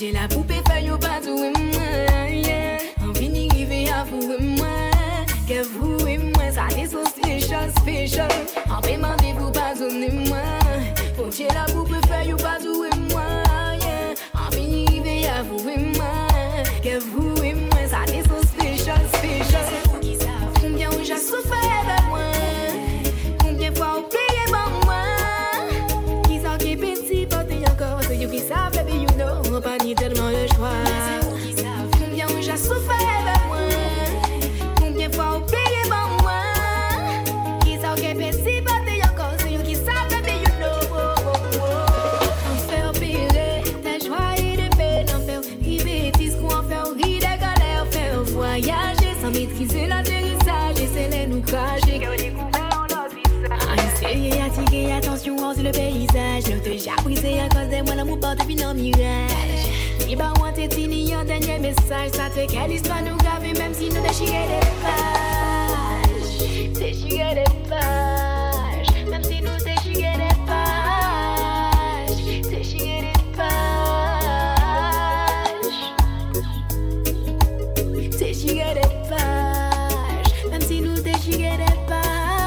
j'ai la poupée feuille au pas tout et moi, yeah. En fini rivé à vous et moi, que vous et moi, ça c'est so spécial. En paiement des vous pas moi, faut j'ai la poupée feuille au pas tout et moi, yeah. En fini rivé à vous et moi, que vous et moi, ça c'est so spécial. C'est vous qui savez combien j'ai souffert de moi, combien fois au payé pour moi. Qui s'en qui petit porter encore, c'est you qui savent, baby you know, pas ni tellement le choix. C'est vous qui savent combien j'ai souffert de moi, combien fois au payé pour moi. Qui s'en qui petit porter encore, c'est you qui savent, baby you know. On fait opérer ta joie et de peine, on fait river discours, on fait rire de galère, on fait voyager sans maîtriser l'atterrissage et c'est les nous cracher. Essayez d'attirer attention sur le paysage. Nous te j'ai brisé à cause de moi l'amour porte puis non mirage. Si bah on t'étini un dernier message. Ça te fait quelle histoire nous graver même si nous déchirer des pages. Déchirer des pages. Même si nous déchirer des pages. Déchirer des pages. Déchirer des pages. Même si nous déchirer des pages.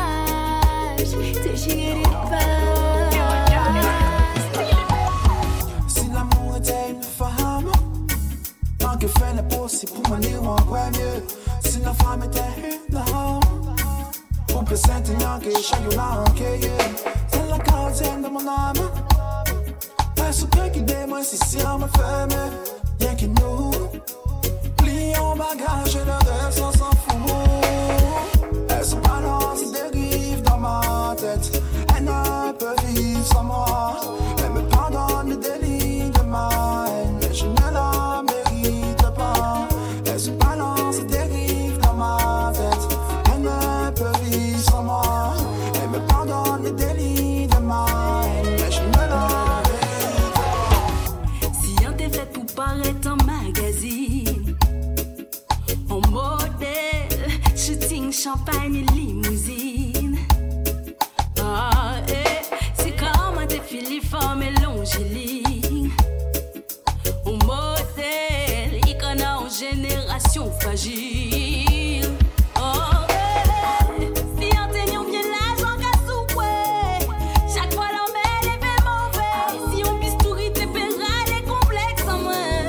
Si l'amour était une femme, tant que fait n'est possible pour m'en dire encore mieux. Si la femme était une homme, pour que Saint-Aignan que chaque là en cueille, c'est la gardienne de mon âme. Est-ce que qui démon si on me ferme, rien que nous, plions bagage et le reste on s'en fout. Elle se balance et dérive dans ma tête. Elle ne peut vivre sans moi. Elle me pardonne le délit de ma haine, mais je ne la mérite pas. Elle se balance et dérive dans ma tête. Elle ne peut vivre sans moi. Elle me pardonne le délit de ma haine, mais je ne la mérite pas. Si on t'est fait pour paraître en magazine, en modèle, shooting, champagne et limousine. Ah, c'est comme t'es filiforme et longiligne. En modèle, icône en génération fragile. Oh, si on t'aime bien l'argent qu'à souper, chaque fois l'on met les faits mauvais. Si on bistouri t'es paiera les complexes en moins.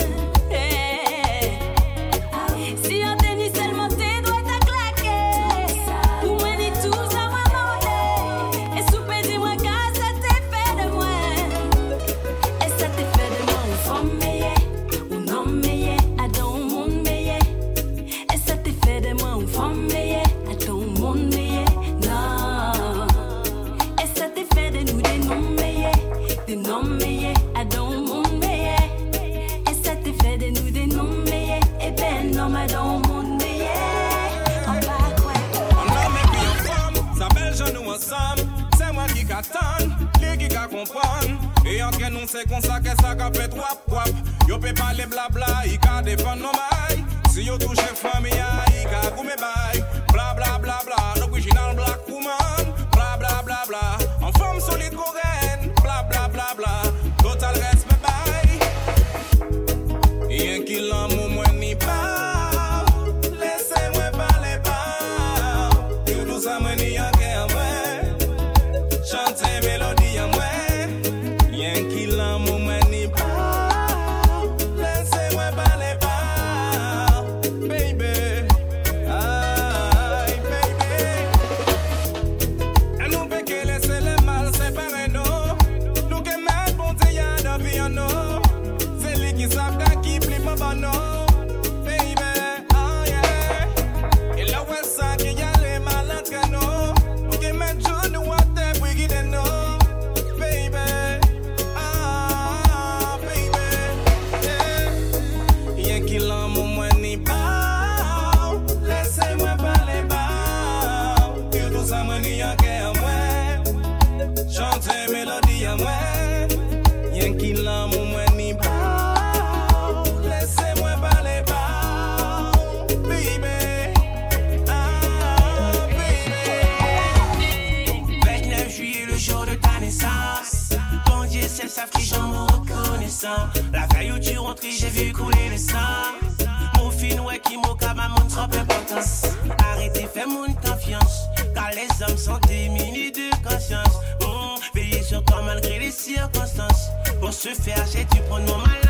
Si on t'aime seulement tes doigts t'as claqué, pour moi ni tout ça m'a monté. Et souper dis-moi qu'à ça t'est fait de moi. Et ça t'est fait de moi une femme meilleure, ou non meilleure, à dans le monde meilleur. Et ça t'est fait de moi une femme meilleure, à dans le monde meilleur. Non. Et ça t'est fait de nous des noms meilleurs, à dans le monde meilleur. Et ça t'est fait de nous des noms meilleurs, et ben non, à dans le monde meilleur. On va quoi? On a mis puis en forme, ça belle je nous ensemble. C'est moi qui qu'attend, les qui qu'a comprendre. Et entre nous c'est comme ça que ça qu'a fait wap. Yo peut parler blabla, il qu'a défendre nos mailles. Si yo touche famille, il qu'a goûté bail. Bla bla bla bla, l'original black woman. Bla bla bla bla, en forme solide coréenne. Bla bla bla bla, total respect bail. Rien qu'il l'amour moi ni pas. Laissez-moi parler pas. Yo tout ça moi ni en guerre moi. Chanter mélodie en moi. Rien qu'il l'amour moi ni pas. Laissez-moi parler pas. Baby. Ah. Caillou tu rentres, j'ai vu couler le sang. Mon fin ouais qui m'a ma mon trop importance. Arrêtez, fais mon confiance. Car les hommes sont démunis de conscience. Veillez sur toi malgré les circonstances. Pour ce faire, j'ai dû prendre mon mal.